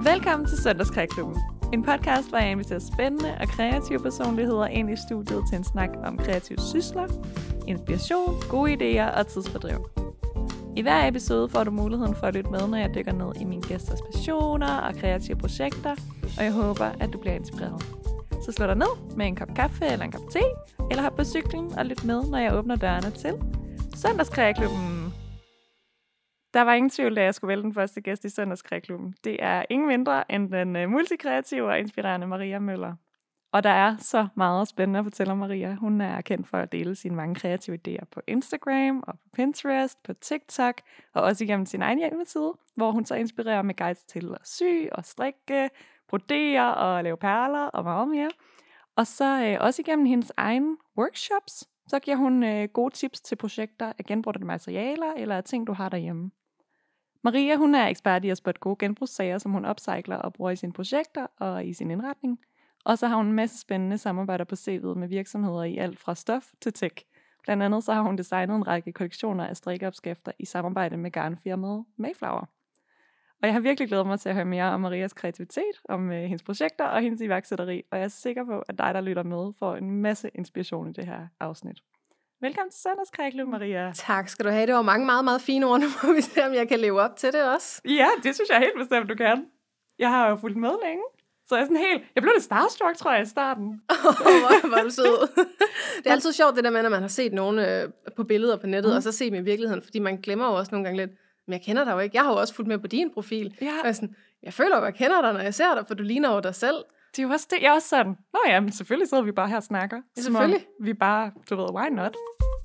Velkommen til Søndagskreaklubben. En podcast, hvor jeg inviterer spændende og kreative personligheder ind i studiet til en snak om kreative sysler, inspiration, gode idéer og tidsfordriv. I hver episode får du muligheden for at lytte med, når jeg dykker ned i mine gæsters passioner og kreative projekter, og jeg håber, at du bliver inspireret. Så slå dig ned med en kop kaffe eller en kop te, eller hop på cyklen og lyt med, når jeg åbner dørene til Søndagskreaklubben. Der var ingen tvivl, da jeg skulle vælge den første gæst i Søndagskreaklubben. Det er ingen mindre end den multikreative og inspirerende Maria Møller. Og der er så meget spændende at fortælle om Maria. Hun er kendt for at dele sine mange kreative idéer på Instagram og på Pinterest, på TikTok og også igennem sin egen hjemmeside, hvor hun så inspirerer med guides til at sy og strikke, brodere og lave perler og meget mere. Og så også igennem hendes egne workshops, så giver hun gode tips til projekter af genbrugte materialer eller af ting, du har derhjemme. Maria, hun er ekspert i at spotte gode genbrugssager, som hun upcycler og bruger i sine projekter og i sin indretning. Og så har hun en masse spændende samarbejder på CV'et med virksomheder i alt fra stof til tech. Blandt andet så har hun designet en række kollektioner af strikkeopskrifter i samarbejde med garnfirmaet Mayflower. Og jeg har virkelig glædet mig til at høre mere om Marias kreativitet, om hendes projekter og hendes iværksætteri. Og jeg er sikker på, at dig, der lytter med, får en masse inspiration i det her afsnit. Velkommen til Søndagskreaklubben, Maria. Tak skal du have. Det var mange meget, meget fine ord. Nu må vi se, om jeg kan leve op til det også. Ja, det synes jeg helt bestemt, du kan. Jeg har jo fulgt med længe. Så jeg blev lidt starstruck, tror jeg, i starten. Hvor var du sød. Det er altid sjovt, det der med, når man har set nogen på billeder på nettet, og så set dem i virkeligheden, fordi man glemmer jo også nogle gange lidt, men jeg kender dig jo ikke. Jeg har jo også fulgt med på din profil. Ja. Jeg føler jo, jeg kender dig, når jeg ser dig, for du ligner jo dig selv. Det er jo også det, jeg er også sådan. Nå ja, men selvfølgelig sidder vi bare her og snakker. Ja, selvfølgelig. Vi bare, du ved, why not?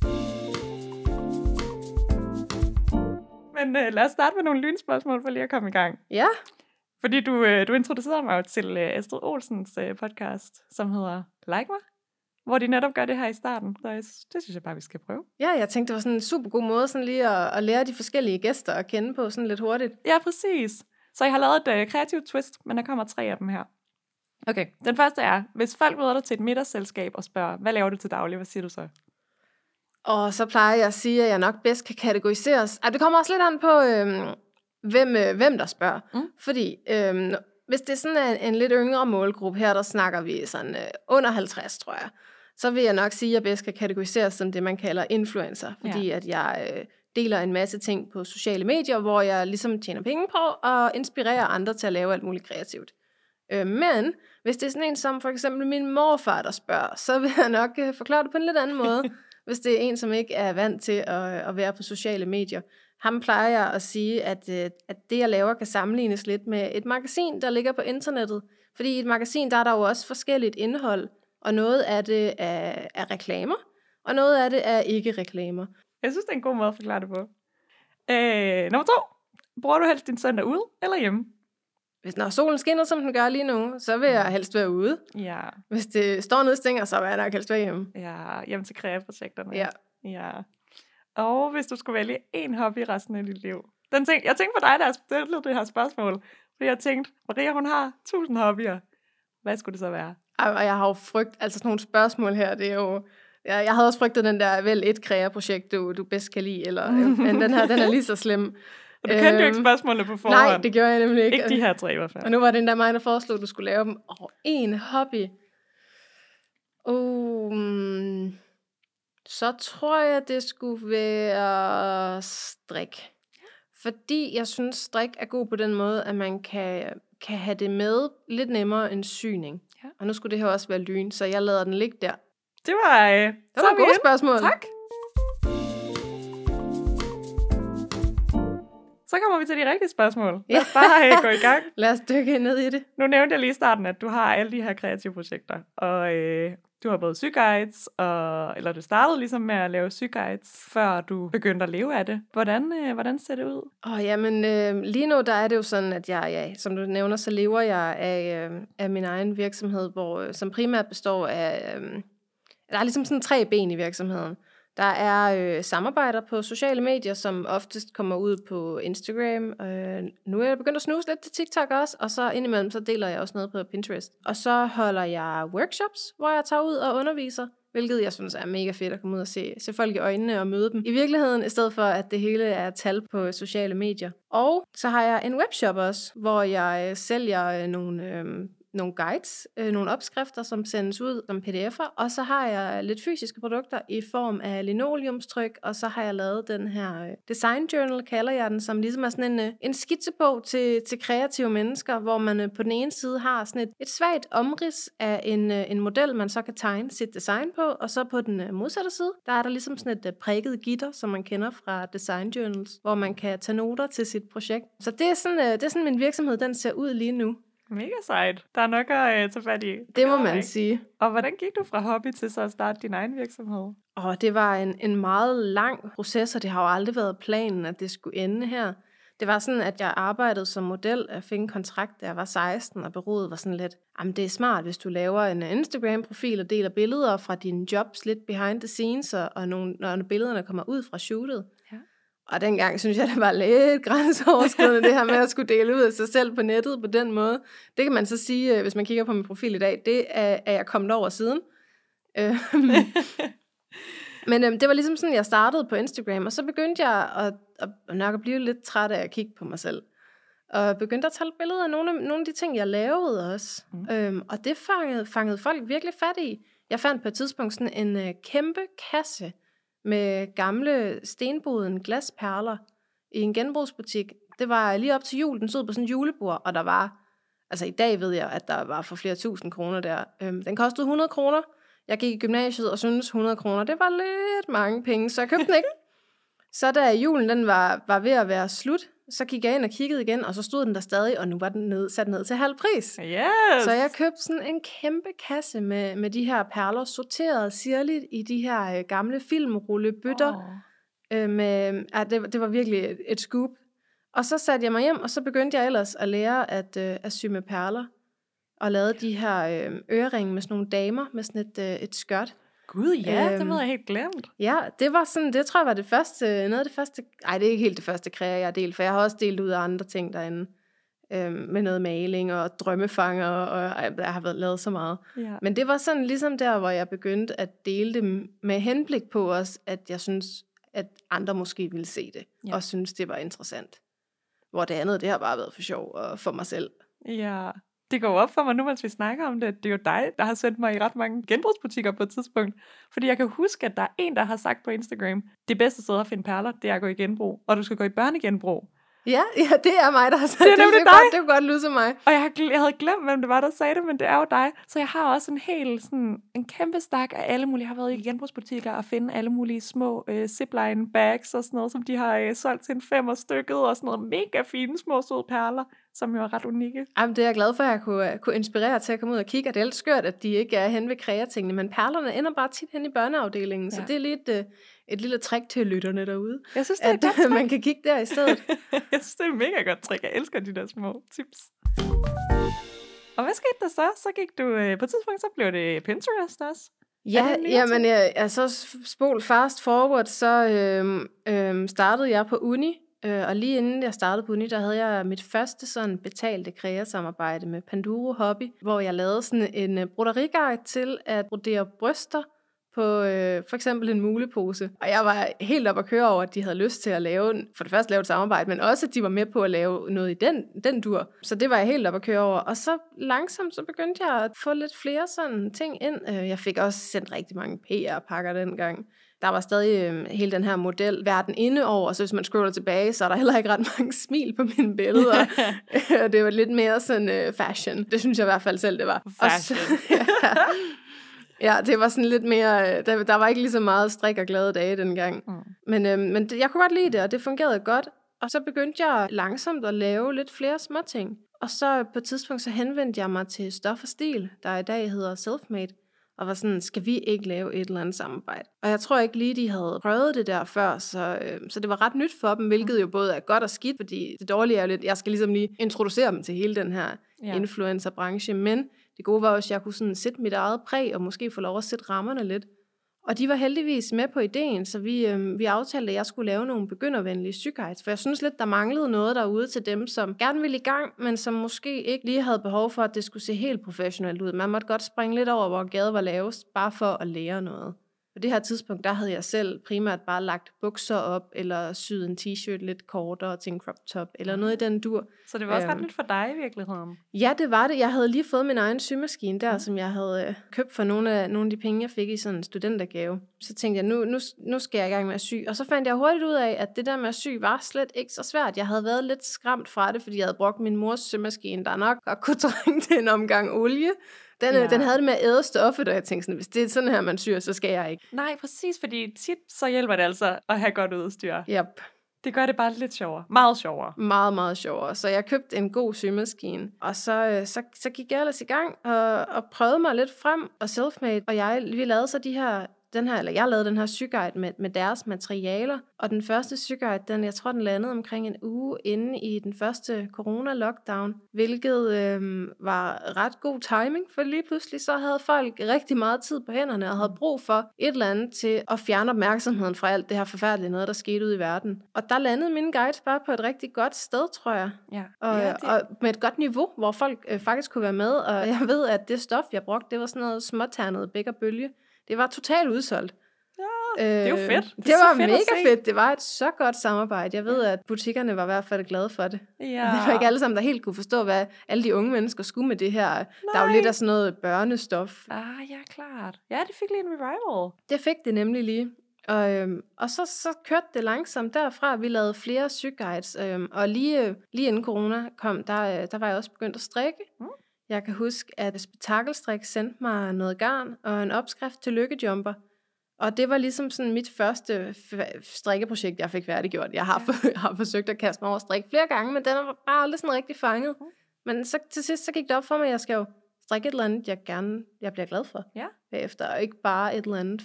Men lad os starte med nogle lynspørgsmål for lige at komme i gang. Ja. Fordi du introducerede mig jo til Astrid Olsens podcast, som hedder Like mig, hvor de netop gør det her i starten. Så det synes jeg bare, vi skal prøve. Ja, jeg tænkte, det var sådan en super god måde sådan lige at lære de forskellige gæster at kende på sådan lidt hurtigt. Ja, præcis. Så jeg har lavet et kreativt twist, men der kommer 3 af dem her. Okay, den første er, hvis folk møder dig til et middagsselskab og spørger, hvad laver du til daglig, hvad siger du så? Og så plejer jeg at sige, at jeg nok bedst kan kategoriseres. Det kommer også lidt an på, hvem der spørger. Fordi hvis det er sådan en lidt yngre målgruppe her, der snakker vi sådan under 50, tror jeg, så vil jeg nok sige, at jeg bedst kan kategoriseres som det, man kalder influencer. Fordi at jeg deler en masse ting på sociale medier, hvor jeg ligesom tjener penge på og inspirerer andre til at lave alt muligt kreativt. Men hvis det er sådan en som for eksempel min morfar, der spørger, så vil jeg nok forklare det på en lidt anden måde. Hvis det er en, som ikke er vant til at være på sociale medier. Ham plejer jeg at sige, at det, jeg laver, kan sammenlignes lidt med et magasin, der ligger på internettet. Fordi i et magasin, der er der jo også forskelligt indhold, og noget af det er reklamer, og noget af det er ikke reklamer. Jeg synes, det er en god måde at forklare det på. Nummer 2. Bruger du helst din søndag ude eller hjemme? Når solen skinner, som den gør lige nu, så vil jeg helst være ude. Ja. Hvis det står nede og stænger, så vil jeg nok helst være hjemme. Ja, hjem til kreativprojekterne. Ja. Og hvis du skulle vælge en hobby resten af dit liv. Jeg tænkte på dig, der har stillet det her spørgsmål. Fordi jeg tænkte, Maria, hun har 1000 hobbyer. Hvad skulle det så være? Og jeg har jo sådan nogle spørgsmål her, det er jo... Jeg havde også frygtet den der vel et kreaprojekt, du bedst kan lide, men den her, den er lige så slem. Og du kendte jo ikke spørgsmålene på forhånd. Nej, det gjorde jeg nemlig ikke. Ikke de her 3 i hvert fald. Og nu var det der mig, der foreslog, at du skulle lave dem. En hobby. Så tror jeg, det skulle være strik. Fordi jeg synes, strik er god på den måde, at man kan have det med lidt nemmere end syning. Ja. Og nu skulle det her også være lyn, så jeg lader den ligge der. Det var et godt spørgsmål. Tak. Så kommer vi til de rigtige spørgsmål. Lad os bare gå i gang. Lad os dykke ned i det. Nu nævnte jeg lige i starten, at du har alle de her kreative projekter. Og du har både syguides, eller du startede ligesom med at lave syguides, før du begyndte at leve af det. Hvordan ser det ud? Lige nu der er det jo sådan, at jeg, som du nævner, så lever jeg af min egen virksomhed, som primært består af... der er ligesom sådan 3 ben i virksomheden. Der er samarbejder på sociale medier, som oftest kommer ud på Instagram. Nu er jeg begyndt at snuse lidt til TikTok også, og så indimellem så deler jeg også noget på Pinterest. Og så holder jeg workshops, hvor jeg tager ud og underviser hvilket jeg synes er mega fedt at komme ud og se folk i øjnene og møde dem i virkeligheden, i stedet for at det hele er tal på sociale medier. Og så har jeg en webshop også, hvor jeg sælger nogle guides, nogle opskrifter, som sendes ud som pdf'er, og så har jeg lidt fysiske produkter i form af linoleumstryk, og så har jeg lavet den her design journal, kalder jeg den, som ligesom er sådan en skitsebog til kreative mennesker, hvor man på den ene side har sådan et svagt omrids af en model, man så kan tegne sit design på, og så på den modsatte side, der er der ligesom sådan et prikket gitter, som man kender fra design journals, hvor man kan tage noter til sit projekt. Så det er sådan min virksomhed, den ser ud lige nu. Mega sejt. Der er nok at tage fat i. Det må man sige. Og hvordan gik du fra hobby til så at starte din egen virksomhed? Det var en meget lang proces, og det har jo aldrig været planen, at det skulle ende her. Det var sådan, at jeg arbejdede som model. Jeg fik en kontrakt, da jeg var 16, og bureauet var sådan lidt, jamen det er smart, hvis du laver en Instagram-profil og deler billeder fra dine jobs lidt behind the scenes, og når billederne kommer ud fra shootet. Ja. Og dengang synes jeg, det var lidt grænseoverskridende, det her med at skulle dele ud af sig selv på nettet på den måde. Det kan man så sige, hvis man kigger på min profil i dag, det er jeg kommet over siden. Men det var ligesom sådan, jeg startede på Instagram, og så begyndte jeg at nok blive lidt træt af at kigge på mig selv. Og begyndte at tage billeder af nogle af de ting, jeg lavede også. Og det fangede folk virkelig fat i. Jeg fandt på et tidspunkt sådan en kæmpe kasse med gamle stenboden glasperler i en genbrugsbutik. Det var lige op til jul, den stod på sådan en julebord, og der var, altså i dag ved jeg, at der var for flere tusind kroner der. Den kostede 100 kroner. Jeg gik i gymnasiet og syntes 100 kroner, det var lidt mange penge, så jeg købte den ikke. Så da julen den var ved at være slut, så gik jeg ind og kiggede igen, og så stod den der stadig, og nu var den sat ned til halv pris. Yes. Så jeg købte sådan en kæmpe kasse med de her perler, sorteret sirligt i de her gamle filmrullebøtter. Det var virkelig et scoop. Og så satte jeg mig hjem, og så begyndte jeg ellers at lære at sy med perler. Og lavede de her øreringe med sådan nogle damer, med sådan et skørt. Gud, ja, det havde jeg helt glemt. Ja, det var sådan, det tror jeg var det første, noget af det første, ej, det er ikke helt det første kræer, jeg har delt, for jeg har også delt ud af andre ting derinde, med noget maling og drømmefanger, og jeg har lavet så meget. Ja. Men det var sådan ligesom der, hvor jeg begyndte at dele det med henblik på os, at jeg synes, at andre måske ville se det, og synes, det var interessant. Hvor det andet, det har bare været for sjov og for mig selv. Ja. Det går op for mig nu, mens vi snakker om det. Det er jo dig, der har sendt mig i ret mange genbrugsbutikker på et tidspunkt. Fordi jeg kan huske, at der er en, der har sagt på Instagram, det bedste sted at finde perler, det er at gå i genbrug. Og du skal gå i børnegenbrug. Ja, det er mig, der har sagt det. Det kunne godt lyde som mig. Og jeg havde glemt, hvem det var, der sagde det, men det er jo dig. Så jeg har også en kæmpe stak af alle mulige. Jeg har været i genbrugsbutikker og finde alle mulige små zipline bags og sådan noget, som de har solgt til en 5 stykket, og sådan noget mega fine små søde perler, som jo er ret unikke. Jamen, det er jeg glad for, at jeg kunne inspirere til at komme ud og kigge, og det er lidt skørt, at de ikke er hen ved kreatingene, men perlerne ender bare tit hen i børneafdelingen, så det er lidt et lille trick til lytterne derude. Jeg synes, det er godt man kan kigge der i stedet. Jeg synes, det er et mega godt trick. Jeg elsker de der små tips. Og hvad skete der så? Så gik du, på et tidspunkt, så blev det Pinterest også. Ja, jamen, så spol fast forward, så startede jeg på uni, og lige inden jeg startede på uni, der havde jeg mit første sådan betalte kreasamarbejde med Panduro Hobby, hvor jeg lavede sådan en broderiguide til at brodere bryster på for eksempel en mulepose. Og jeg var helt op at køre over, at de havde lyst til at lave et samarbejde, men også at de var med på at lave noget i den dur. Så det var jeg helt op at køre over. Og så langsomt så begyndte jeg at få lidt flere sådan ting ind. Jeg fik også sendt rigtig mange PR-pakker dengang. Der var stadig hele den her model verden inde over, så hvis man scroller tilbage, så er der heller ikke ret mange smil på mine billeder. Det var lidt mere sådan fashion. Det synes jeg i hvert fald selv, det var. Fashion. Ja, det var sådan lidt mere, der var ikke lige så meget strik og glade dage dengang. Men jeg kunne godt lide det, og det fungerede godt. Og så begyndte jeg langsomt at lave lidt flere småting. Og så på et tidspunkt, så henvendte jeg mig til Stof og Stil, der i dag hedder Selfmade, og var sådan, skal vi ikke lave et eller andet samarbejde? Og jeg tror ikke lige, de havde prøvet det der før, så det var ret nyt for dem, hvilket jo både er godt og skidt, fordi det dårlige er jo lidt, jeg skal ligesom lige introducere dem til hele den her influencerbranche, men det gode var også, at jeg kunne sådan sætte mit eget præg, og måske få lov at sætte rammerne lidt. Og de var heldigvis med på ideen, så vi aftalte, at jeg skulle lave nogle begyndervenlige syguides, for jeg synes lidt, der manglede noget derude til dem, som gerne ville i gang, men som måske ikke lige havde behov for, at det skulle se helt professionelt ud. Man måtte godt springe lidt over, hvor gaden var lavest, bare for at lære noget. På det her tidspunkt, der havde jeg selv primært bare lagt bukser op, eller syet en t-shirt lidt kortere til en crop top, eller noget i den dur. Så det var også ret lidt for dig i virkeligheden? Ja, det var det. Jeg havde lige fået min egen symaskine der, som jeg havde købt for nogle af de penge, jeg fik i sådan en studentergave. Så tænkte jeg, nu skal jeg i gang med at sy. Og så fandt jeg hurtigt ud af, at det der med at sy var slet ikke så svært. Jeg havde været lidt skræmt fra det, fordi jeg havde brugt min mors symaskine, der nok godt kunne trænge til en omgang olie. Den havde det med at æde stoffet, og jeg tænkte sådan, hvis det er sådan her, man syr, så skal jeg ikke. Nej, præcis, fordi tit så hjælper det altså at have godt udstyr. Yep. Det gør det bare lidt sjovere. Meget sjovere. Meget, meget sjovere. Så jeg købte en god symaskine, og så gik jeg ellers i gang og prøvede mig lidt frem, og Selfmade og vi lavede så jeg lavede den her syguide med deres materialer, og den første syguide, jeg tror, den landede omkring en uge inde i den første corona-lockdown, hvilket var ret god timing, for lige pludselig så havde folk rigtig meget tid på hænderne, og havde brug for et eller andet til at fjerne opmærksomheden fra alt det her forfærdelige noget, der skete ude i verden. Og der landede mine guides bare på et rigtig godt sted, tror jeg. Ja. Og med et godt niveau, hvor folk faktisk kunne være med, og jeg ved, at det stof, jeg brugte, det var sådan noget småternet bæk og bølge. Det var totalt udsolgt. Ja, det er jo fedt. Det var fedt mega fedt. Det var et så godt samarbejde. Jeg ved, at butikkerne var i hvert fald glade for det. Ja. Det var ikke alle sammen, der helt kunne forstå, hvad alle de unge mennesker skulle med det her. Nej. Der er jo lidt af sådan noget børnestof. Ja, klart. Ja, det fik lige en revival. Det fik det nemlig lige. Og så kørte det langsomt derfra. Vi lavede flere syguides. Og lige inden corona kom, der var jeg også begyndt at strikke. Jeg kan huske, at Spektakelstrik sendte mig noget garn og en opskrift til lykkejumper. Og det var ligesom sådan mit første strikkeprojekt, jeg fik færdiggjort. Jeg har forsøgt at kaste mig over strik flere gange, men den var bare aldrig sådan rigtig fanget. Men så til sidst så gik det op for mig, at jeg skal jo strikke et eller andet, jeg bliver glad for bagefter. Og ikke bare et eller andet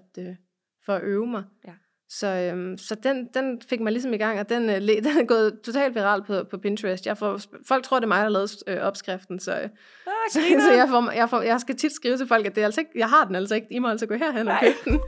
for at øve mig. Ja. Så den fik mig ligesom i gang, og den er gået totalt viral på Pinterest. Folk tror, det er mig, der har lavet opskriften, så jeg skal tit skrive til folk, at det er altså ikke, jeg har den altså ikke. I må altså gå herhen og købe den.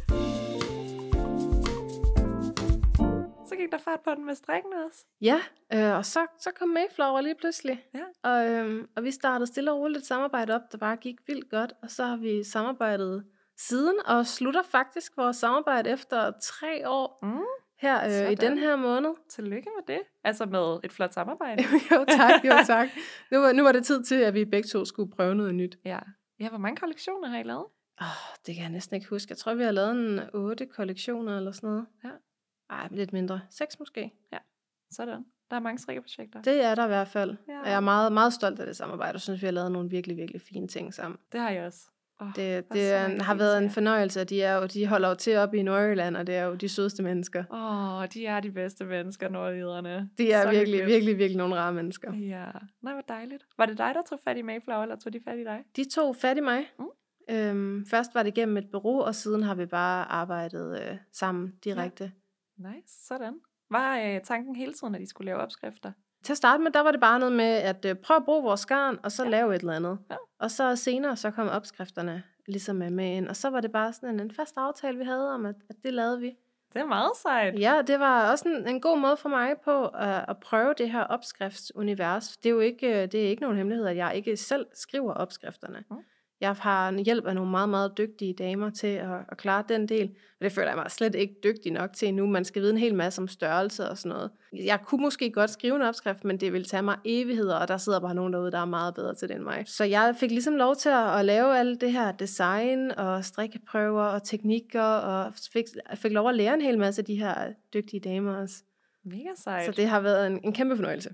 Så gik der fart på den med strikken også. Ja, og så kom Mayflower lige pludselig. Ja. Og vi startede stille og roligt et samarbejde op, der bare gik vildt godt, og så har vi samarbejdet siden, og slutter faktisk vores samarbejde efter 3 år her i den her måned. Tillykke med det. Altså med et flot samarbejde. jo tak. Nu var det tid til, at vi begge to skulle prøve noget nyt. Ja, hvor mange kollektioner har I lavet? Det kan jeg næsten ikke huske. Jeg tror, vi har lavet 8 kollektioner eller sådan noget. Ja. Ej, lidt mindre. 6 måske. Ja, sådan. Der er mange strikkeprojekter. Det er der i hvert fald. Ja. Og jeg er meget, meget stolt af det samarbejde, og synes, vi har lavet nogle virkelig, virkelig fine ting sammen. Det har jeg også. Det har været en fornøjelse, at de holder jo til oppe i Nordjylland, og det er jo de sødeste mennesker. De er de bedste mennesker, nordjyderne. De er virkelig, virkelig, virkelig nogle rare mennesker. Ja, nej, hvor dejligt. Var det dig, der tog fat i Mayflower, eller tog de fat i dig? De tog fat i mig. Først var det gennem et bureau, og siden har vi bare arbejdet sammen direkte. Ja. Nice, sådan. Var tanken hele tiden, at de skulle lave opskrifter? Til at starte med, der var det bare noget med at prøve at bruge vores garn, og så lave et eller andet. Ja. Og så senere, så kom opskrifterne ligesom med ind. Og så var det bare sådan en fast aftale, vi havde om, at det lavede vi. Det er meget sejt. Ja, det var også en god måde for mig på at prøve det her opskriftsunivers. Det er ikke nogen hemmelighed, at jeg ikke selv skriver opskrifterne. Jeg har hjælp af nogle meget, meget dygtige damer til at klare den del. Og det føler jeg mig slet ikke dygtig nok til endnu. Man skal vide en hel masse om størrelse og sådan noget. Jeg kunne måske godt skrive en opskrift, men det ville tage mig evigheder, og der sidder bare nogen derude, der er meget bedre til det end mig. Så jeg fik ligesom lov til at lave alt det her design og strikkeprøver og teknikker, og fik lov at lære en hel masse af de her dygtige damer også. Mega sejt. Så det har været en kæmpe fornøjelse.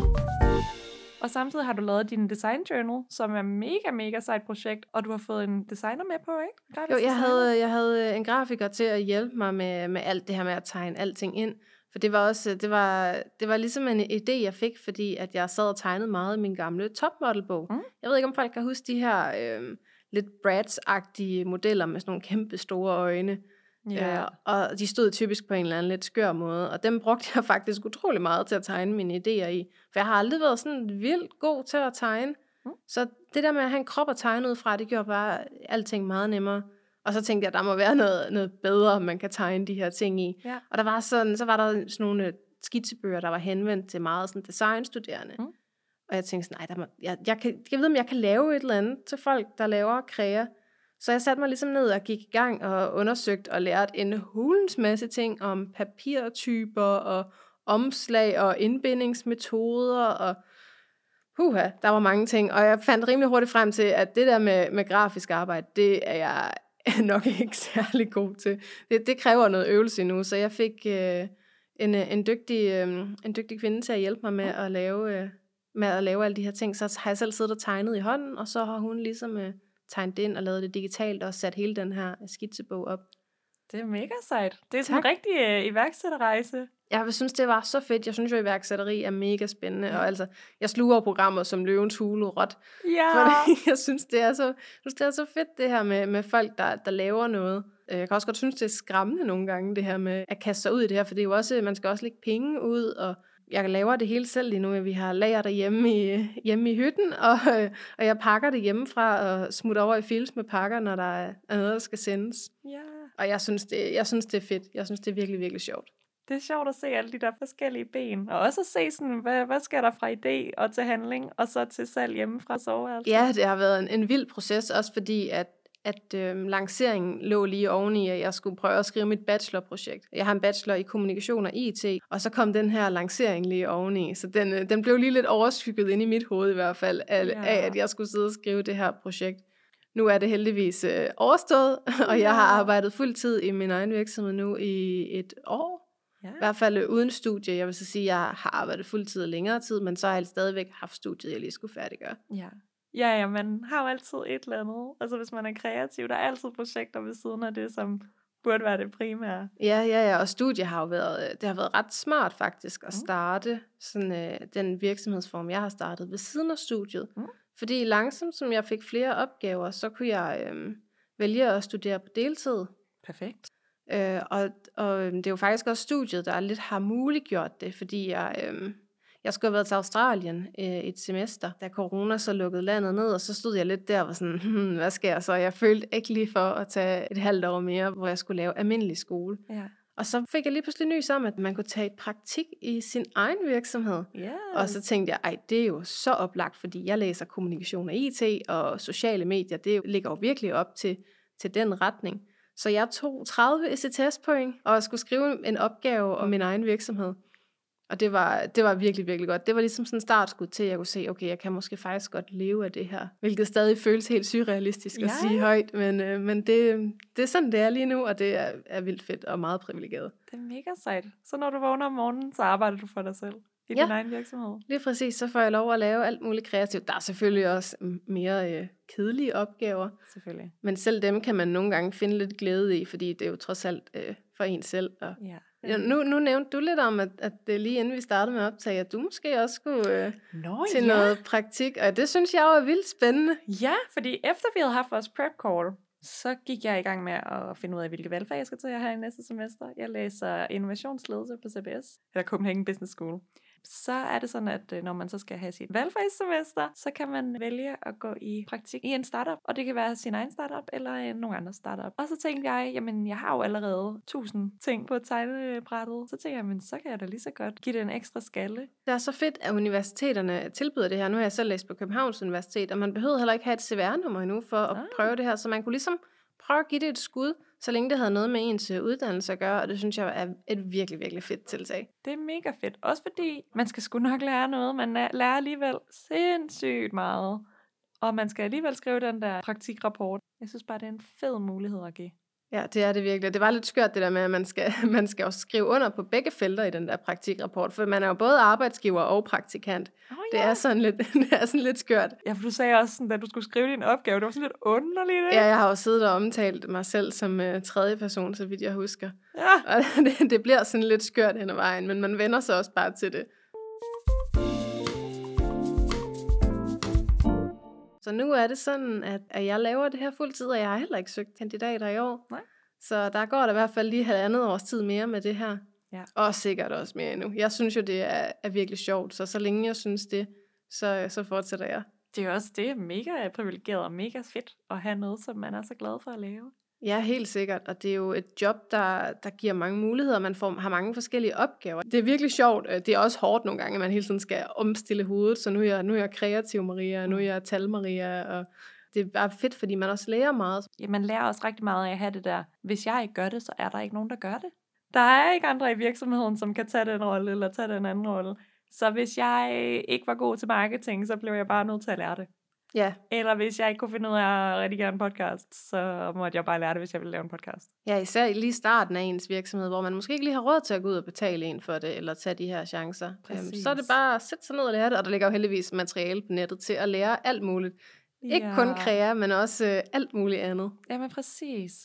Og samtidig har du lavet din design journal, som er mega, mega sejt projekt, og du har fået en designer med på, ikke? Jo, jeg havde en grafiker til at hjælpe mig med alt det her med at tegne alting ind. For det var også, det var ligesom en idé, jeg fik, fordi at jeg sad og tegnede meget i min gamle topmodelbog. Jeg ved ikke, om folk kan huske de her lidt Bratz-agtige modeller med sådan nogle kæmpe store øjne. Yeah. Og de stod typisk på en eller anden lidt skør måde, og dem brugte jeg faktisk utrolig meget til at tegne mine idéer i, for jeg har aldrig været sådan vildt god til at tegne, så det der med at have en krop at tegne ud fra, det gjorde bare alting meget nemmere, Og så tænkte jeg, at der må være noget bedre, man kan tegne de her ting i. Ja. Og så var der sådan nogle skitsebøger, der var henvendt til meget sådan designstuderende. Og jeg tænkte sådan, jeg ved, om jeg kan lave et eller andet til folk, der laver krea. Så jeg satte mig ligesom ned og gik i gang og undersøgte og lærte en hulens masse ting om papirtyper og omslag og indbindingsmetoder og der var mange ting. Og jeg fandt rimelig hurtigt frem til, at det der med grafisk arbejde, det er jeg nok ikke særlig god til. Det kræver noget øvelse nu, så jeg fik en dygtig kvinde til at hjælpe mig med at lave alle de her ting. Så har jeg selv siddet og tegnet i hånden, og så har hun ligesom tegnet det ind og lavet det digitalt og sat hele den her skitsebog op. Det er mega sejt. Det er sådan en rigtig iværksætterrejse. Jeg synes, det var så fedt. Jeg synes jo, iværksætteri er mega spændende. Og altså, jeg sluger programmer som Løvens Hule råt. Ja. Fordi jeg synes, det er så fedt, det her med folk, der laver noget. Jeg kan også godt synes, det er skræmmende nogle gange, det her med at kaste sig ud i det her. For det er jo også, man skal også lægge penge ud, og jeg laver det hele selv lige nu. Vi har lager hjemme i hytten, og jeg pakker det hjemmefra og smutter over i Fils med pakker, når der er noget, der skal sendes. Ja. Og jeg synes, det er fedt. Jeg synes, det er virkelig, virkelig sjovt. Det er sjovt at se alle de der forskellige ben, og også at se sådan, hvad sker der fra idé og til handling, og så til salg hjemmefra soveværelset. Ja, det har været en vild proces, også fordi at lanceringen lå lige oveni, at jeg skulle prøve at skrive mit bachelorprojekt. Jeg har en bachelor i kommunikation og IT, og så kom den her lancering lige oveni, så den blev lige lidt overskygget ind i mit hoved i hvert fald, af at jeg skulle sidde og skrive det her projekt. Nu er det heldigvis overstået, og jeg har arbejdet fuld tid i min egen virksomhed nu i et år. Ja. I hvert fald uden studie. Jeg vil så sige, at jeg har arbejdet fuldtid og længere tid, men så har jeg stadigvæk haft studiet, jeg lige skulle færdiggøre. Ja, man har jo altid et eller andet. Altså hvis man er kreativ, der er altid projekter ved siden af det, som burde være det primære. Ja, og studie har jo været ret smart faktisk at starte sådan, den virksomhedsform, jeg har startet ved siden af studiet. Fordi langsomt, som jeg fik flere opgaver, så kunne jeg vælge at studere på deltid. Perfekt. Og det er jo faktisk også studiet, der lidt har muliggjort det, fordi jeg skulle have været til Australien et semester, da corona så lukkede landet ned, og så stod jeg lidt der og var sådan, hvad skal jeg så? Jeg følte ikke lige for at tage et halvt år mere, hvor jeg skulle lave almindelig skole. Ja. Og så fik jeg lige pludselig nys om, at man kunne tage et praktik i sin egen virksomhed. Yes. Og så tænkte jeg, det er jo så oplagt, fordi jeg læser kommunikation og IT, og sociale medier, det ligger jo virkelig op til den retning. Så jeg tog 30 ECTS-point, og skulle skrive en opgave om min egen virksomhed. Og det var virkelig, virkelig godt. Det var ligesom sådan en startskud til, at jeg kunne se, okay, jeg kan måske faktisk godt leve af det her. Hvilket stadig føles helt surrealistisk at sige højt, men det er sådan, det er lige nu, og det er vildt fedt og meget privilegeret. Det er mega sejt. Så når du vågner om morgenen, så arbejder du for dig selv i din egen virksomhed? Lige præcis. Så får jeg lov at lave alt muligt kreativt. Der er selvfølgelig også mere kedelige opgaver. Selvfølgelig. Men selv dem kan man nogle gange finde lidt glæde i, fordi det er jo trods alt for en selv. Og nu nævnte du lidt om, at det lige inden vi startede med at optage, at du måske også skulle til noget praktik, og det synes jeg var vildt spændende. Ja, fordi efter vi havde haft vores prep call, så gik jeg i gang med at finde ud af, hvilke valgfag jeg skal til her i næste semester. Jeg læser innovationsledelse på CBS, eller Copenhagen Business School. Så er det sådan, at når man så skal have sit valgfagssemester, så kan man vælge at gå i praktik i en startup, og det kan være sin egen startup eller nogen andre startup. Og så tænkte jeg, jamen jeg har jo allerede 1000 ting på tegnebrættet, så tænkte jeg, men så kan jeg da lige så godt give det en ekstra skalle. Det er så fedt, at universiteterne tilbyder det her. Nu har jeg selv læst på Københavns Universitet, og man behøver heller ikke have et CVR-nummer endnu for at prøve det her, så man kunne ligesom prøve at give det et skud, så længe det havde noget med ens uddannelse at gøre, og det synes jeg er et virkelig, virkelig fedt tiltag. Det er mega fedt, også fordi man skal sgu nok lære noget, man lærer alligevel sindssygt meget, og man skal alligevel skrive den der praktikrapport. Jeg synes bare, det er en fed mulighed at give. Ja, det er det virkelig. Det var lidt skørt det der med, at man skal også skrive under på begge felter i den der praktikrapport, for man er jo både arbejdsgiver og praktikant. Det er sådan lidt skørt. Ja, for du sagde også, sådan, at du skulle skrive din opgave. Det var sådan lidt underligt, ikke? Ja, jeg har jo siddet og omtalt mig selv som tredje person, så vidt jeg husker. Ja. Og det bliver sådan lidt skørt hen ad vejen, men man vender sig også bare til det. Så nu er det sådan, at jeg laver det her fuldtid, og jeg har heller ikke søgt kandidater i år. Nej. Så der går der i hvert fald lige 1,5 års tid mere med det her. Ja. Og sikkert også mere endnu. Jeg synes jo, det er virkelig sjovt, så længe jeg synes det, så fortsætter jeg. Det er også det mega privilegeret og mega fedt at have noget, som man er så glad for at lave. Ja, helt sikkert, og det er jo et job, der giver mange muligheder, man har mange forskellige opgaver. Det er virkelig sjovt, det er også hårdt nogle gange, at man hele tiden skal omstille hovedet, så nu er jeg kreativ Maria, og nu er jeg tal Maria, og det er bare fedt, fordi man også lærer meget. Ja, man lærer også rigtig meget af at have det der, hvis jeg ikke gør det, så er der ikke nogen, der gør det. Der er ikke andre i virksomheden, som kan tage den rolle, eller tage den anden rolle. Så hvis jeg ikke var god til marketing, så blev jeg bare nødt til at lære det. Ja. Eller hvis jeg ikke kunne finde ud af at redigere en podcast, så måtte jeg bare lære det, hvis jeg ville lave en podcast. Ja, især lige starten af ens virksomhed, hvor man måske ikke lige har råd til at gå ud og betale en for det, eller tage de her chancer. Så er det bare at sætte sig ned og lære det, og der ligger jo heldigvis materiale på nettet til at lære alt muligt. Ja. Ikke kun krea, men også alt muligt andet. Jamen præcis.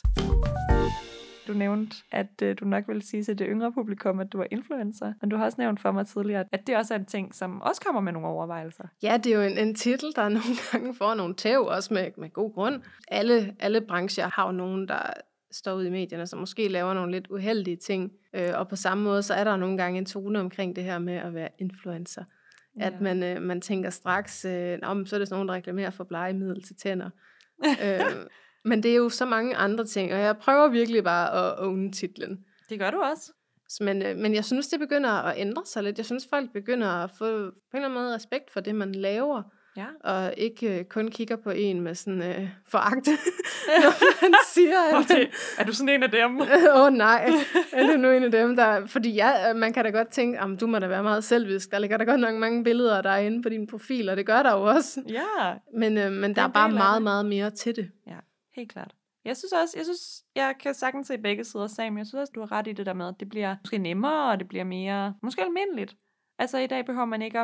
Du nævnte, at du nok ville sige til det yngre publikum, at du er influencer. Men du har også nævnt for mig tidligere, at det også er en ting, som også kommer med nogle overvejelser. Ja, det er jo en titel, der nogle gange får nogle tæv, også med god grund. Alle brancher har jo nogen, der står ud i medierne, som måske laver nogle lidt uheldige ting. Og på samme måde, så er der nogle gange en tone omkring det her med at være influencer. Ja. At man tænker straks, så er det sådan nogen, der reklamerer for blegemiddel til tænder. Men det er jo så mange andre ting, og jeg prøver virkelig bare at own titlen. Det gør du også. Men jeg synes, det begynder at ændre sig lidt. Jeg synes, folk begynder at få på en eller anden måde respekt for det, man laver. Ja. Og ikke kun kigger på en med sådan foragt, når man siger alt. Er du sådan en af dem? Nej, er det nu en af dem, der... Fordi man kan da godt tænke, du må da være meget selvisk. Der ligger da godt nok mange billeder, der er inde på din profil, og det gør der jo også. Ja. Men der er bare meget, meget mere til det. Ja, helt klart. Jeg synes, jeg kan sagtens se begge sider sammen. Jeg synes også, du har ret i det der med, at det bliver måske nemmere, og det bliver mere, måske almindeligt. Altså i dag behøver man ikke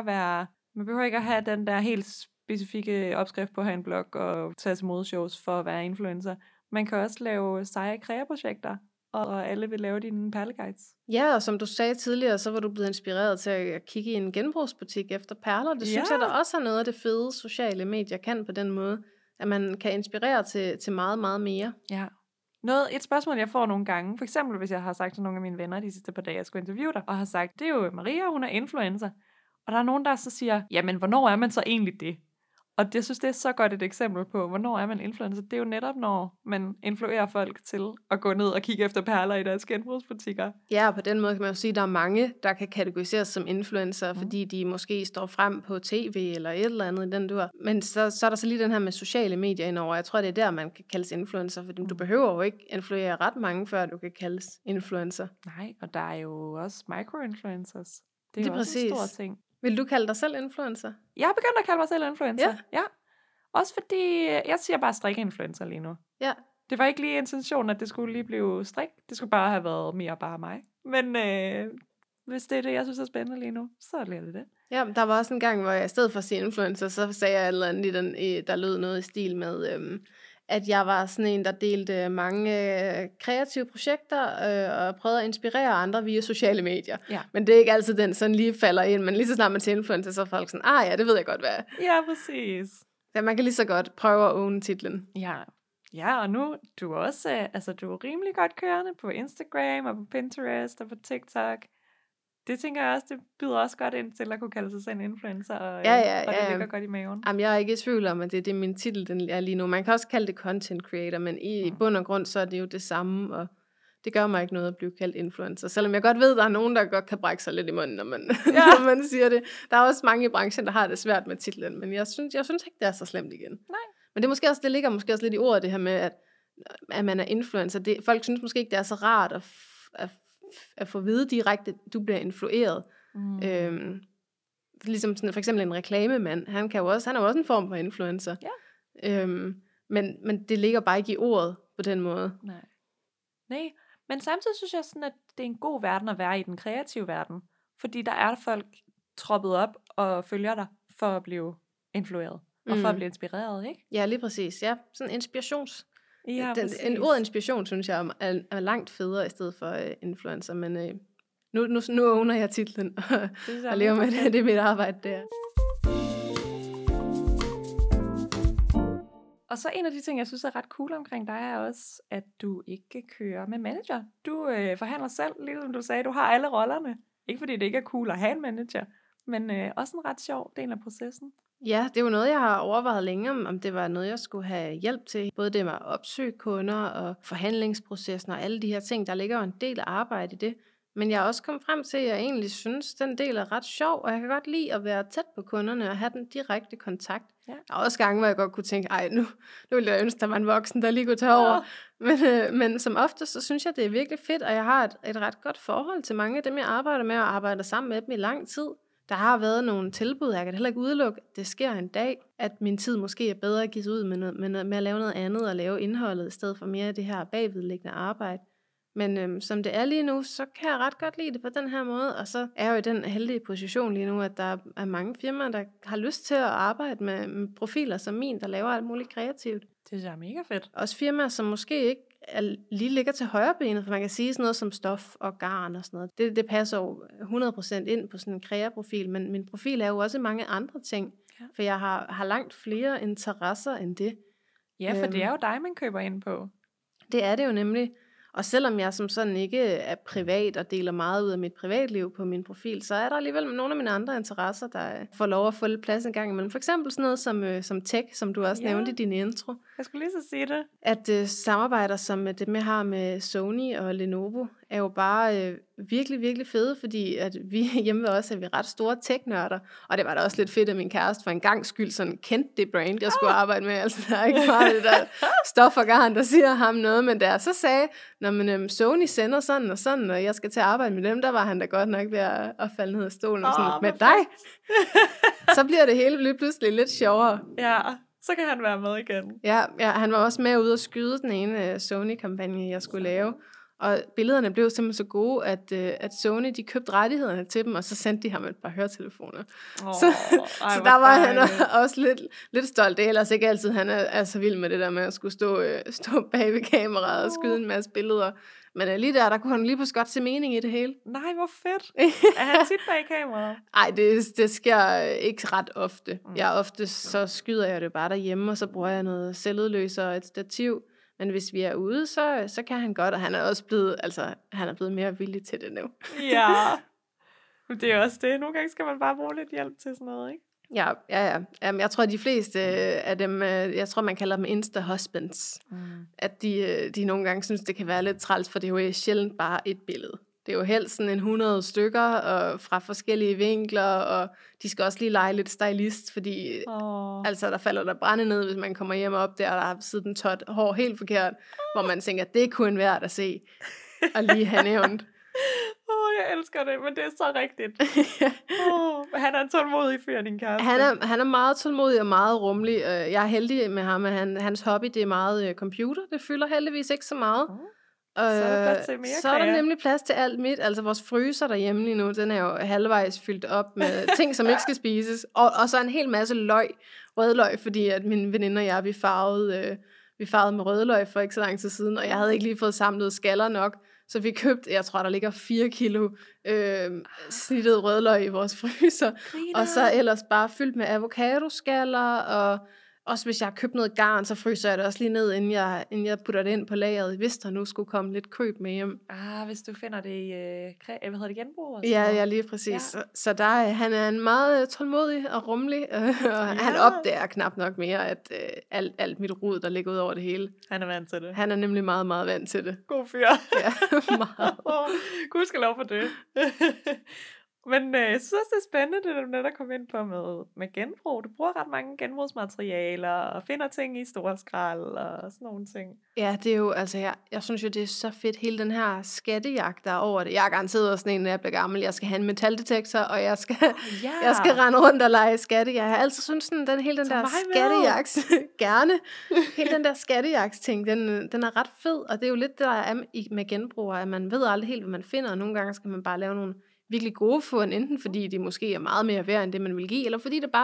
at have den der helt specifikke opskrift på at have en blog og tage til modeshows for at være influencer. Man kan også lave seje kreaprojekter, og alle vil lave dine perleguides. Ja, og som du sagde tidligere, så var du blevet inspireret til at kigge i en genbrugsbutik efter perler. Det synes jeg, der også er noget af det fede sociale medier kan på den måde, at man kan inspirere til meget, meget mere. Ja. Et spørgsmål, jeg får nogle gange, for eksempel hvis jeg har sagt til nogle af mine venner de sidste par dage, jeg skulle interviewe dig, og har sagt, det er jo Maria, hun er influencer. Og der er nogen, der så siger, jamen hvornår er man så egentlig det? Og jeg synes, det er så godt et eksempel på, hvornår er man influencer. Det er jo netop, når man influerer folk til at gå ned og kigge efter perler i deres genbrugsbutikker. Ja, og på den måde kan man jo sige, at der er mange, der kan kategoriseres som influencer, fordi de måske står frem på tv eller et eller andet i den dur. Men så er der så lige den her med sociale medier indover. Jeg tror, det er der, man kan kaldes influencer, fordi du behøver jo ikke influere ret mange, før du kan kaldes influencer. Nej, og der er jo også micro-influencers. Det er jo også præcis en stor ting. Vil du kalde dig selv influencer? Jeg har begyndt at kalde mig selv influencer. Ja. Også fordi, jeg siger bare strik-influencer lige nu. Ja. Det var ikke lige intentionen, at det skulle lige blive strik. Det skulle bare have været mere bare mig. Men hvis det er det, jeg synes er spændende lige nu, så er det det. Ja, der var også en gang, hvor jeg i stedet for at sige influencer, så sagde jeg et eller andet, der lød noget i stil med... at jeg var sådan en, der delte mange kreative projekter og prøvede at inspirere andre via sociale medier. Ja. Men det er ikke altid den, sådan lige falder ind. Men lige så snart man til influencer, så er folk sådan, ja, det ved jeg godt, hvad er. Ja, præcis. Ja, man kan lige så godt prøve at own titlen. Ja, og nu du er også, du er rimelig godt kørende på Instagram og på Pinterest og på TikTok. Det tænker jeg også, det byder også godt ind til at kunne kalde sig selv en influencer, og det ligger godt i maven. Jamen, jeg er ikke i tvivl om, at det er min titel, den er lige nu. Man kan også kalde det content creator, men i bund og grund, så er det jo det samme, og det gør mig ikke noget at blive kaldt influencer. Selvom jeg godt ved, at der er nogen, der godt kan brække sig lidt i munden, når man siger det. Der er også mange i branchen, der har det svært med titlen, men jeg synes ikke, det er så slemt igen. Nej. Men det ligger måske også lidt i ordet, det her med, at man er influencer. Folk synes måske ikke, det er så rart at få at vide direkte, at du bliver influeret. Ligesom sådan, for eksempel en reklamemand, han er jo også en form for influencer. Ja. Men det ligger bare ikke i ordet på den måde. Nej, men samtidig synes jeg sådan, at det er en god verden at være i, den kreative verden. Fordi der er folk troppet op og følger dig for at blive influeret. Og for at blive inspireret, ikke? Ja, lige præcis. Ja, sådan inspirations... Ja, en ord inspiration, synes jeg, er langt federe i stedet for influencer, men nu owner jeg titlen og lever med det. Det er mit arbejde der. Og så en af de ting, jeg synes er ret cool omkring dig, er også, at du ikke kører med manager. Du forhandler selv, ligesom du sagde, du har alle rollerne. Ikke fordi det ikke er cool at have en manager, men også en ret sjov del af processen. Ja, det er jo noget, jeg har overvejet længe, om det var noget, jeg skulle have hjælp til. Både det med at opsøge kunder og forhandlingsprocessen og alle de her ting. Der ligger jo en del arbejde i det. Men jeg er også kommet frem til, at jeg egentlig synes, at den del er ret sjov, og jeg kan godt lide at være tæt på kunderne og have den direkte kontakt. Ja. Der er også gange, hvor jeg godt kunne tænke, nu ville jeg ønske, der var en voksen, der lige kunne tage over. Men som ofte, så synes jeg, det er virkelig fedt, og jeg har et ret godt forhold til mange af dem, jeg arbejder med, og arbejder sammen med dem i lang tid. Der har været nogle tilbud, jeg kan heller ikke udelukke, det sker en dag, at min tid måske er bedre givet ud med at lave noget andet og lave indholdet, i stedet for mere af det her bagvedliggende arbejde. Men som det er lige nu, så kan jeg ret godt lide det på den her måde, og så er jeg jo i den heldige position lige nu, at der er mange firmaer, der har lyst til at arbejde med profiler som min, der laver alt muligt kreativt. Det er mega fedt. Også firmaer, som måske ikke lige ligger til højre benet, for man kan sige sådan noget som stof og garn og sådan noget. Det passer jo 100% ind på sådan en kreaprofil, men min profil er jo også mange andre ting, for jeg har langt flere interesser end det. Ja, for det er jo dig, man køber ind på. Det er det jo nemlig. Og selvom jeg som sådan ikke er privat og deler meget ud af mit privatliv på min profil, så er der alligevel nogle af mine andre interesser, der får lov at få lidt plads en gang imellem. For eksempel sådan noget som tech, som du også nævnte i din intro. Jeg skulle lige så sige det. At samarbejder som dem jeg har med Sony og Lenovo, er jo bare virkelig, virkelig fede, fordi at vi hjemme ved os er vi ret store tech-nørder, og det var da også lidt fedt, at min kæreste for en gang skyld sådan kendte det brand, jeg skulle arbejde med. Altså der er ikke meget det der stof og garn, der siger ham noget, men der så sagde, når Sony sender sådan og sådan, og jeg skal til at arbejde med dem, der var han da godt nok ved at falde ned af stolen og sådan, med dig. Så bliver det hele lige pludselig lidt sjovere. Ja, så kan han være med igen. Ja, han var også med ude at skyde den ene Sony-kampagne, jeg skulle lave. Og billederne blev simpelthen så gode, at Sony de købte rettighederne til dem, og så sendte de ham et par høretelefoner. Så der var han også lidt stolt. Det er ellers ikke altid, han er så vild med det der med at skulle stå bag ved kameraet og skyde en masse billeder. Men lige der kunne han lige pludselig godt se mening i det hele. Nej, hvor fedt. Er han tit bag kameraet? Nej, det sker ikke ret ofte. Ofte så skyder jeg det bare derhjemme, og så bruger jeg noget selvudløser og et stativ. Men hvis vi er ude, så kan han godt, og han er også blevet mere villig til det nu. Ja, det er også det. Nogle gange skal man bare bruge lidt hjælp til sådan noget, ikke? Ja. Jamen, jeg tror, at de fleste af dem, jeg tror, man kalder dem Insta-husbands, at de nogle gange synes, det kan være lidt træls, for det er jo sjældent bare et billede. Det er jo helst sådan 100 stykker og fra forskellige vinkler, og de skal også lige lege lidt stylist, fordi der falder der brænde ned, hvis man kommer hjem op der, og der har siddet en tot hår helt forkert, hvor man tænker, at det kunne være at se, og lige have nævnt. Jeg elsker det, men det er så rigtigt. Han er en tålmodig fyr, din kæreste. Han er meget tålmodig og meget rummelig. Jeg er heldig med ham, at hans hobby, det er meget computer. Det fylder heldigvis ikke så meget. Så er der plads til mere så er der nemlig plads til alt mit. Altså vores fryser derhjemme lige nu, den er jo halvvejs fyldt op med ting, som ikke skal spises. Og så en hel masse rødløg, fordi at mine veninder og jeg, vi farvede med rødløg for ikke så lang tid siden, og jeg havde ikke lige fået samlet skaller nok. Så vi købte, jeg tror, der ligger 4 kilo snittet rødløg i vores fryser. Og så ellers bare fyldt med avocadoskaller, og også hvis jeg har købt noget garn, så fryser jeg det også lige ned, inden jeg putter det ind på lageret, hvis der nu skulle komme lidt køb med hjem. Hvis du finder det i, genbrug? Ja, lige præcis. Ja. Så han er en meget tålmodig og rummelig, og han opdager knap nok mere, at alt mit rod, der ligger ud over det hele. Han er vant til det. Han er nemlig meget, meget vant til det. God fyr. Ja, meget. Gud skal lov for det. Men jeg synes også, det er spændende, det du netop kom ind på med genbrug. Du bruger ret mange genbrugsmaterialer og finder ting i store skrald og sådan nogle ting. Ja, det er jo, jeg synes jo, det er så fedt, hele den her skattejagt, der er over det. Jeg er garanteret også sådan en, når jeg bliver gammel. Jeg skal have en metaldetektor, og jeg skal rende rundt og lege skatte. Jeg har altid syntes sådan, hele den der skattejagt, gerne. Hele den der skattejagt-ting, den er ret fed, og det er jo lidt det, der er med genbrug, at man ved aldrig helt, hvad man finder, og nogle gange skal man bare lave nogle virkelig gode fund, enten fordi de måske er meget mere værd, end det man vil give, eller fordi det bare,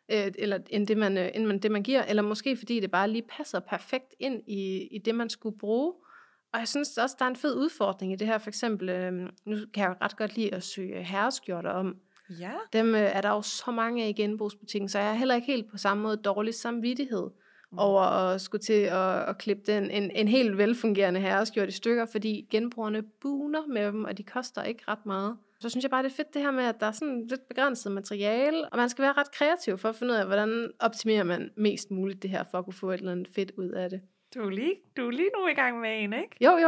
end det man giver, eller måske fordi det bare lige passer perfekt ind i det, man skulle bruge. Og jeg synes også, der er en fed udfordring i det her. For eksempel, nu kan jeg jo ret godt lide at søge herreskjorter om. Ja. Dem er der jo så mange af i genbrugsbutikken, så jeg er heller ikke helt på samme måde dårlig samvittighed over at skulle til at klippe en helt velfungerende herreskjort i stykker, fordi genbrugerne buner med dem, og de koster ikke ret meget. Så synes jeg bare, det er fedt det her med, at der er sådan lidt begrænset materiale, og man skal være ret kreativ for at finde ud af, hvordan optimerer man mest muligt det her, for at kunne få et eller andet fedt ud af det. Du er lige nu i gang med en, ikke? Jo,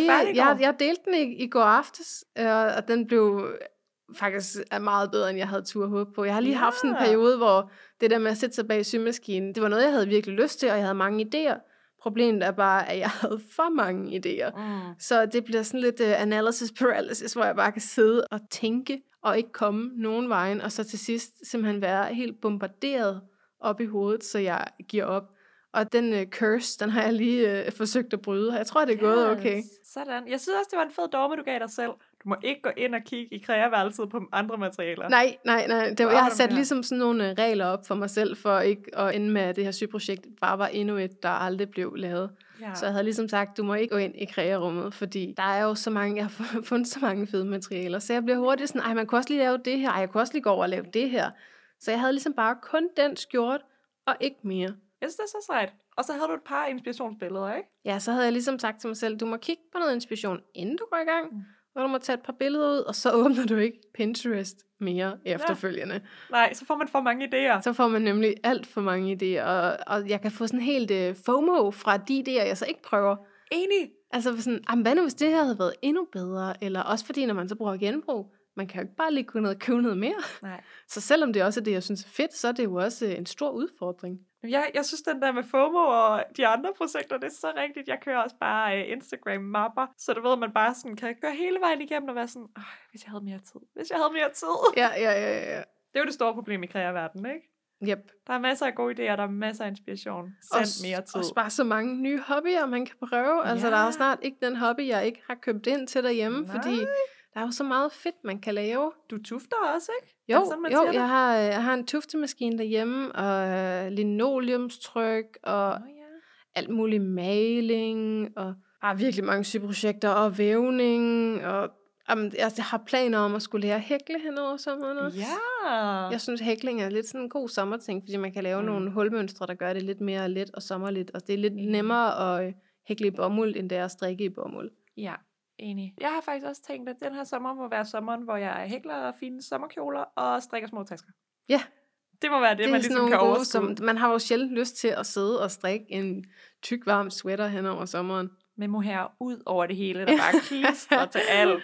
jeg delte den i går aftes, og den blev faktisk meget bedre, end jeg havde tur håbe på. Jeg har lige haft sådan en periode, hvor det der med at sætte sig bag symaskinen, det var noget, jeg havde virkelig lyst til, og jeg havde mange idéer. Problemet er bare, at jeg havde for mange idéer. Så det bliver sådan lidt analysis paralysis, hvor jeg bare kan sidde og tænke, og ikke komme nogen vejen, og så til sidst simpelthen være helt bombarderet op i hovedet, så jeg giver op. Og den curse, den har jeg lige forsøgt at bryde. Jeg tror, det er gået okay. Sådan. Jeg synes også, det var en fed dogme, du gav dig selv. Du må ikke gå ind og kigge i kreaværelset på andre materialer. Nej. Jeg har sat ligesom sådan nogle regler op for mig selv, for ikke at ende med, at det her sygeprojekt bare var endnu et, der aldrig blev lavet. Ja. Så jeg havde ligesom sagt, du må ikke gå ind i krearummet, fordi der er jo så mange, jeg har fundet så mange fede materialer. Så jeg bliver hurtigt sådan, man kunne også lige lave det her, jeg kunne også lige gå over og lave det her. Så jeg havde ligesom bare kun den skjort, og ikke mere. Jeg synes, det er så sejt. Og så havde du et par inspirationsbilleder, ikke? Ja, så havde jeg ligesom sagt til mig selv, du må kigge på noget inspiration, inden du går i gang. Og du må tage et par billeder ud, og så åbner du ikke Pinterest mere efterfølgende. Ja. Nej, så får man for mange idéer. Så får man nemlig alt for mange idéer, og jeg kan få sådan helt FOMO fra de idéer, jeg så ikke prøver. Enig. Altså sådan, hvad nu hvis det her havde været endnu bedre? Eller også fordi, når man så bruger genbrug, man kan jo ikke bare lige gå ned og købe noget mere. Nej. Så selvom det også er det, jeg synes er fedt, så er det jo også en stor udfordring. Jeg synes, den der med FOMO og de andre projekter, det er så rigtigt. Jeg kører også bare Instagram-mapper, så du ved, man bare sådan kan køre hele vejen igennem og være sådan, hvis jeg havde mere tid. Ja. Det er jo det store problem i kreaverdenen, ikke? Yep. Der er masser af gode idéer, der er masser af inspiration. Send mere tid. Også bare så mange nye hobbyer, man kan prøve. Altså, der er snart ikke den hobby, jeg ikke har købt ind til derhjemme, fordi der er jo så meget fedt, man kan lave. Du tufter også, ikke? Jo, jeg har en tuftemaskine derhjemme, og linoleumstryk, og alt muligt maling, og har virkelig mange sygeprojekter, og vævning, og jeg har planer om at skulle lære at hækle hen over sommeren også. Ja! Jeg synes, hækling er lidt sådan en god sommerting, fordi man kan lave nogle hulmønstre, der gør det lidt mere let og sommerligt, og det er lidt nemmere at hækle i bomuld, end det er at strikke i bomuld. Ja. Enig. Jeg har faktisk også tænkt, at den her sommer må være sommeren, hvor jeg hækler fine sommerkjoler og strikker små tasker. Ja. Det må være det man ligesom kan overskue. Man har jo sjældent lyst til at sidde og strikke en tyk, varm sweater hen over sommeren. Med mohair ud over det hele, der bare klistrer til alt.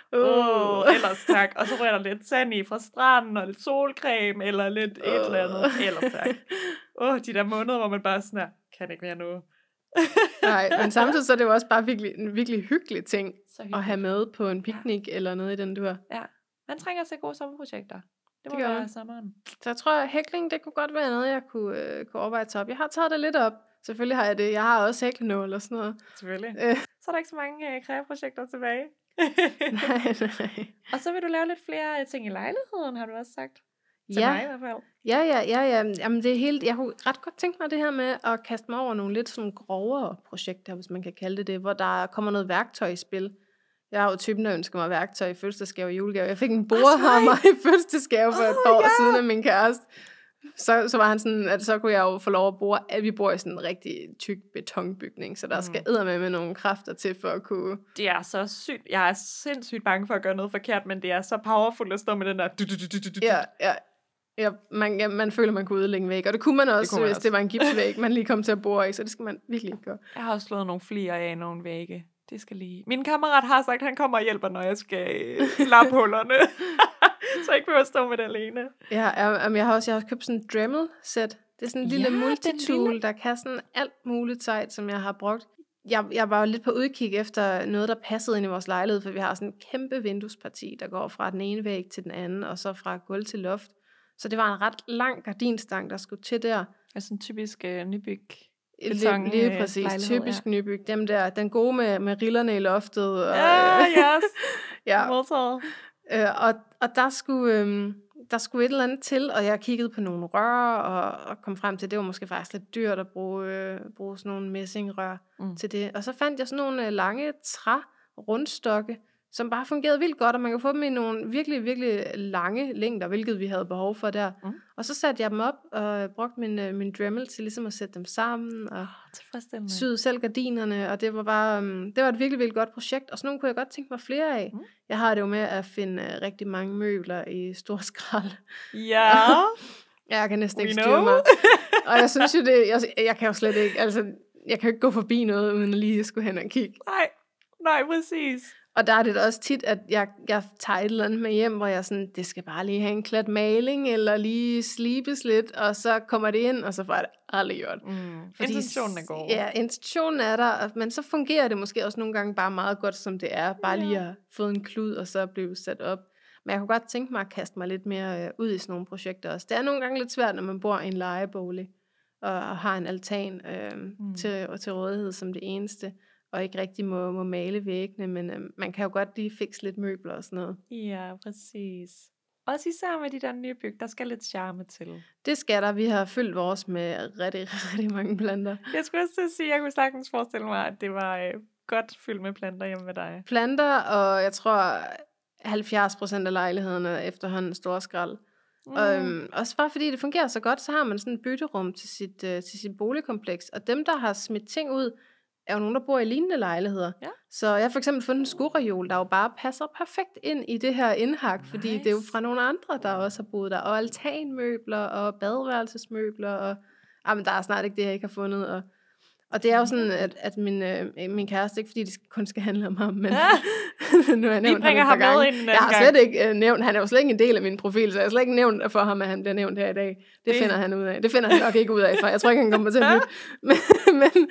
Ellers tak. Og så rører der lidt sand i fra stranden, og lidt solcreme, eller lidt et eller andet. Ellers tak. De der måneder, hvor man bare sådan kan ikke mere nu. Nej, men samtidig så er det jo også bare en virkelig hyggelig ting at have med på en picnic eller noget i den dur. Ja, man trænger til gode sommerprojekter. Det må være sommeren. Så jeg tror, at hækling, det kunne godt være noget, jeg kunne overveje at tage op. Jeg har taget det lidt op. Selvfølgelig har jeg det. Jeg har også hæklenål og sådan noget. Selvfølgelig. Så er der ikke så mange kreaprojekter tilbage. Nej. Og så vil du lave lidt flere ting i lejligheden, har du også sagt. Til mig i hvert fald. Ja. Jamen, det er helt, jeg kunne ret godt tænke mig det her med at kaste mig over nogle lidt sådan grovere projekter, hvis man kan kalde det, hvor der kommer noget værktøj i spil. Jeg har jo typen, der ønsker mig værktøj i fødselsdagsgave og julegave. Jeg fik en bordhammer i fødselsdagsgave for et par år siden af min kæreste. Så var han sådan, at så kunne jeg jo få lov at bore, at vi bor i sådan en rigtig tyk betonbygning, så der skal eddermame med nogle kræfter til for at kunne... Det er så sygt. Jeg er sindssygt bange for at gøre noget forkert, men det er så powerful at stå med den der... Ja, man føler, man kunne ødelægge en væg, og det kunne man også, hvis det var en gipsvæg, man lige kom til at bore i, så det skal man virkelig ikke gøre. Jeg har også slået nogle flier af nogle vægge. Det skal lige... Min kammerat har sagt, at han kommer og hjælper, når jeg skal lappe hullerne. Så jeg ikke behøver at stå med det alene. Ja, jeg har også købt sådan en Dremel-sæt. Det er sådan en lille multitool, der kan sådan alt muligt sejt, som jeg har brugt. Jeg var jo lidt på udkig efter noget, der passede ind i vores lejlighed, for vi har sådan en kæmpe vinduesparti, der går fra den ene væg til den anden, og så fra gulv til loft. Så det var en ret lang gardinstang, der skulle til der. Altså en typisk nybyg. Lige præcis, typisk nybyg. Dem der, den gode med rillerne i loftet. Og, og der skulle et eller andet til, og jeg kiggede på nogle rør, og kom frem til, at det var måske faktisk lidt dyrt at bruge sådan nogle messingrør til det. Og så fandt jeg sådan nogle lange rundstokke, som bare fungerede vildt godt, og man kan få dem i nogle virkelig, virkelig lange længder, hvilket vi havde behov for der. Og så satte jeg dem op og brugte min Dremel til ligesom at sætte dem sammen, og syede selv gardinerne, og det var bare, det var et virkelig, virkelig godt projekt, og sådan nogle kunne jeg godt tænke mig flere af. Jeg har det jo med at finde rigtig mange møbler i stor skrald. Ja. Jeg kan næsten ikke styre mig. Og jeg synes jo det, jeg kan jo slet ikke, altså, jeg kan jo ikke gå forbi noget, uden at lige skulle hen og kigge. Nej, præcis. Og der er det da også tit, at jeg tager et eller andet med hjem, hvor jeg sådan, det skal bare lige have en klat maling, eller lige slibes lidt, og så kommer det ind, og så får jeg det aldrig gjort. Fordi, intentionen er god. Ja, intentionen er der, men så fungerer det måske også nogle gange bare meget godt, som det er. Bare lige at få en klud, og så blive sat op. Men jeg kunne godt tænke mig at kaste mig lidt mere ud i sådan nogle projekter også. Det er nogle gange lidt svært, når man bor i en lejebolig, og har en altan til rådighed som det eneste, og ikke rigtig må male væggene, men man kan jo godt lige fikse lidt møbler og sådan noget. Ja, præcis. Også især med de der nybyg, der skal lidt charme til. Det skal der. Vi har fyldt vores med rigtig, rigtig mange planter. Jeg skulle også til at sige, at jeg kunne sagtens forestille mig, at det var godt fyldt med planter hjemme med dig. Planter, og jeg tror 70% af lejlighederne er efterhånden store skrald. Også bare fordi det fungerer så godt, så har man sådan et bytterum til sit boligkompleks. Og dem, der har smidt ting ud, er jo nogen, der bor i lignende lejligheder. Ja. Så jeg har for eksempel fundet en skoreol, der jo bare passer perfekt ind i det her indhak, fordi det er jo fra nogle andre, der også har boet der. Og altanmøbler og badeværelsesmøbler. Og men der er snart ikke det, jeg ikke har fundet. Og det er jo sådan, at min kæreste, ikke fordi det kun skal handle om ham, men nu har jeg nævnt ham et par gange. Jeg har slet ikke nævnt, han er jo slet ikke en del af min profil, så jeg har slet ikke nævnt for ham, at han bliver nævnt her i dag. Det finder han ud af. Det finder han nok ikke ud af, for jeg tror ikke, han kommer til at lytte.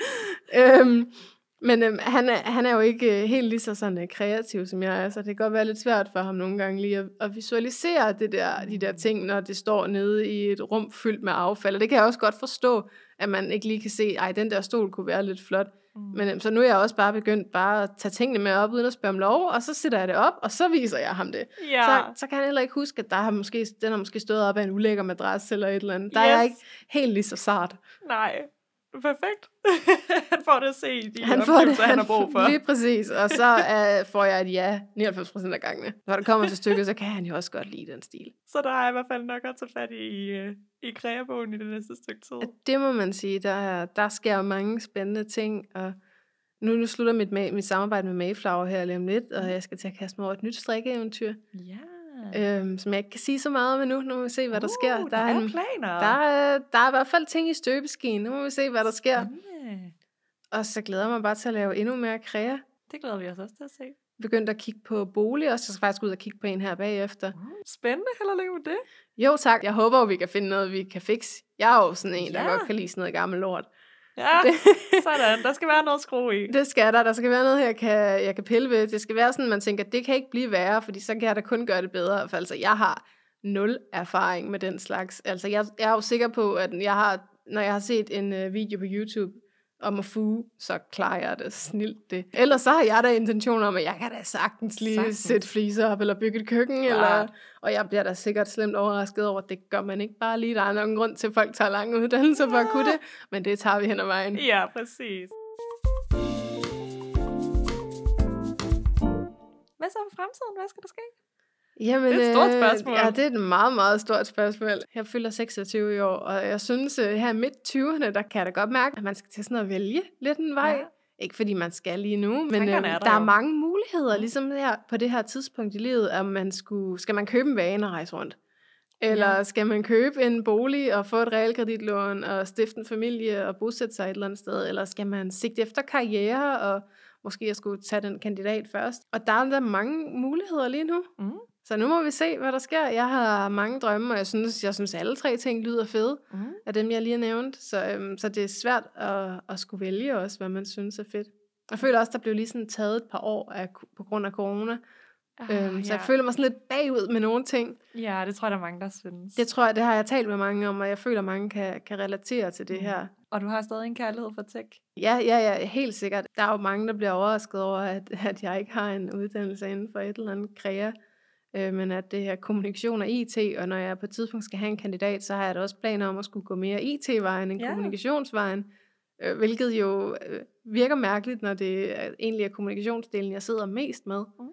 Men han er jo ikke helt lige så sådan kreativ, som jeg er, så det kan godt være lidt svært for ham nogle gange lige at visualisere de der ting, når det står nede i et rum fyldt med affald. Og det kan jeg også godt forstå, at man ikke lige kan se, den der stol kunne være lidt flot. Men så nu er jeg også bare begyndt bare at tage tingene med op, uden at spørge om lov, og så sætter jeg det op, og så viser jeg ham det. Ja. Så kan han heller ikke huske, at den har måske stået op af en ulækker madras eller et eller andet. Der er jeg ikke helt lige så sart. Nej. Perfekt. Han får det at se i de oplevelser, han har brug for. Lige præcis. Og så får jeg et ja 99% af gangene. Når det kommer til stykket, så kan han jo også godt lide den stil. Så der er i hvert fald nok at tage fat i kreabogen i det næste stykke tid. Det må man sige. Der sker mange spændende ting. Og nu slutter mit samarbejde med Mayflower her lige om lidt, og jeg skal til at kaste mig over et nyt strikkeeventyr. Ja. Som jeg ikke kan sige så meget om endnu. Nu må vi se, hvad der sker. Der er planer. Der er i hvert fald ting i støbeskeen. Nu må vi se, hvad der sker. Og så glæder jeg mig bare til at lave endnu mere krea. Det glæder vi os også til at se. Begyndt at kigge på bolig, og så skal jeg faktisk ud og kigge på en her bagefter. Spændende. Held og lykke med det. Jo tak. Jeg håber, vi kan finde noget, vi kan fikse. Jeg er jo sådan en, der godt kan lide sådan noget gammel lort. Ja, sådan. Der skal være noget skrue i. Det skal der. Der skal være noget, jeg kan pille ved. Det skal være sådan, man tænker, det kan ikke blive værre, fordi så kan jeg da kun gøre det bedre. For altså, jeg har 0 erfaring med den slags. Altså, jeg er jo sikker på, at når jeg har set en video på YouTube om at fuge, så klarer jeg det snilt det. Ellers så har jeg da intention om, at jeg kan da sagtens lige sætte fliser op, eller bygge et køkken, og jeg bliver da sikkert slemt overrasket over, at det gør man ikke bare lige. Der er nogen grund til, at folk tager lange uddannelser for at kunne det, men det tager vi hen ad vejen. Ja, præcis. Hvad så for fremtiden? Hvad skal der ske? Jamen, det er et stort spørgsmål. Ja, det er et meget, meget stort spørgsmål. Jeg fylder 26 i år, og jeg synes, her midt 20'erne, der kan jeg da godt mærke, at man skal til sådan at vælge lidt en vej. Ja. Ikke fordi man skal lige nu, men der er mange muligheder, ligesom her, på det her tidspunkt i livet, at skal man købe en vane og rejse rundt? Eller skal man købe en bolig og få et realkreditlån og stifte en familie og bosætte sig et eller andet sted? Eller skal man sigte efter karriere og måske jeg skulle tage den kandidat først? Og der er der mange muligheder lige nu. Så nu må vi se, hvad der sker. Jeg har mange drømme, og jeg synes alle 3 ting lyder fede af dem, jeg lige har nævnt. Så det er svært at skulle vælge også, hvad man synes er fedt. Jeg føler også, der blev lige sådan taget et par år på grund af corona. Så jeg føler mig sådan lidt bagud med nogle ting. Ja, det tror jeg, der er mange, der synes. Det har jeg talt med mange om, og jeg føler, mange kan relatere til det her. Og du har stadig en kærlighed for tech? Ja, helt sikkert. Der er jo mange, der bliver overrasket over, at jeg ikke har en uddannelse inden for et eller andet krea. Men at det her kommunikation og IT, og når jeg på et tidspunkt skal have en kandidat, så har jeg da også planer om at skulle gå mere IT-vejen end kommunikationsvejen, hvilket jo virker mærkeligt, når det egentlig er kommunikationsdelen, jeg sidder mest med.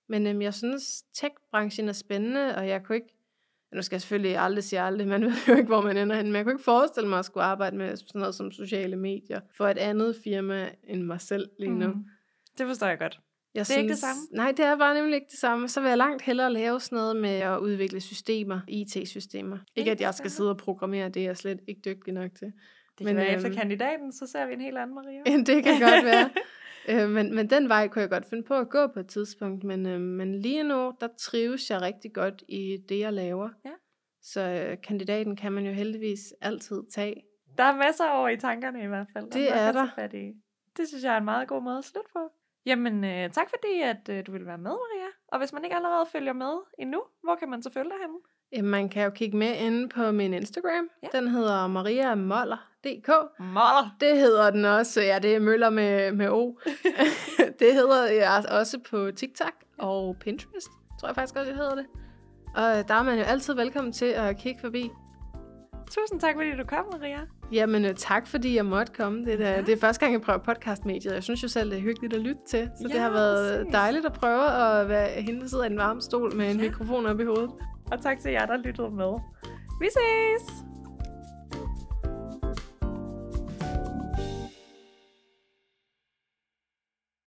Men jeg synes, tech-branchen er spændende, og jeg kunne ikke, nu skal jeg selvfølgelig aldrig sige aldrig, man ved jo ikke, hvor man ender hen, men jeg kunne ikke forestille mig at skulle arbejde med sådan noget som sociale medier for et andet firma end mig selv lige nu. Det forstår jeg godt. Jeg det er ikke det samme? Nej, det er bare nemlig ikke det samme. Så vil jeg langt hellere lave sådan noget med at udvikle systemer, IT-systemer. Ikke at jeg skal sidde og programmere, det er jeg slet ikke dygtig nok til. Det kan være efter kandidaten, så ser vi en helt anden Maria. Det kan godt være. Men den vej kunne jeg godt finde på at gå på et tidspunkt. Men lige nu, der trives jeg rigtig godt i det, jeg laver. Ja. Så kandidaten kan man jo heldigvis altid tage. Der er masser over i tankerne i hvert fald. Det er der. Det synes jeg er en meget god måde at slutte på. Jamen, tak fordi, at du ville være med, Maria. Og hvis man ikke allerede følger med endnu, hvor kan man så følge dig henne? Jamen, man kan jo kigge med inde på min Instagram. Ja. Den hedder mariamoller.dk. Moller. Det hedder den også. Ja, det er Møller med O. Det hedder jeg også på TikTok og Pinterest. Tror jeg faktisk også, jeg hedder det. Og der er man jo altid velkommen til at kigge forbi. Tusind tak, fordi du kom, Maria. Jamen, tak fordi jeg måtte komme. Det er første gang, jeg prøver podcastmediet. Jeg synes jo selv, det er hyggeligt at lytte til. Så det har været dejligt at prøve at være hende, der sidder i en varm stol med en mikrofon op i hovedet. Og tak til jer, der lyttede med. Vi ses!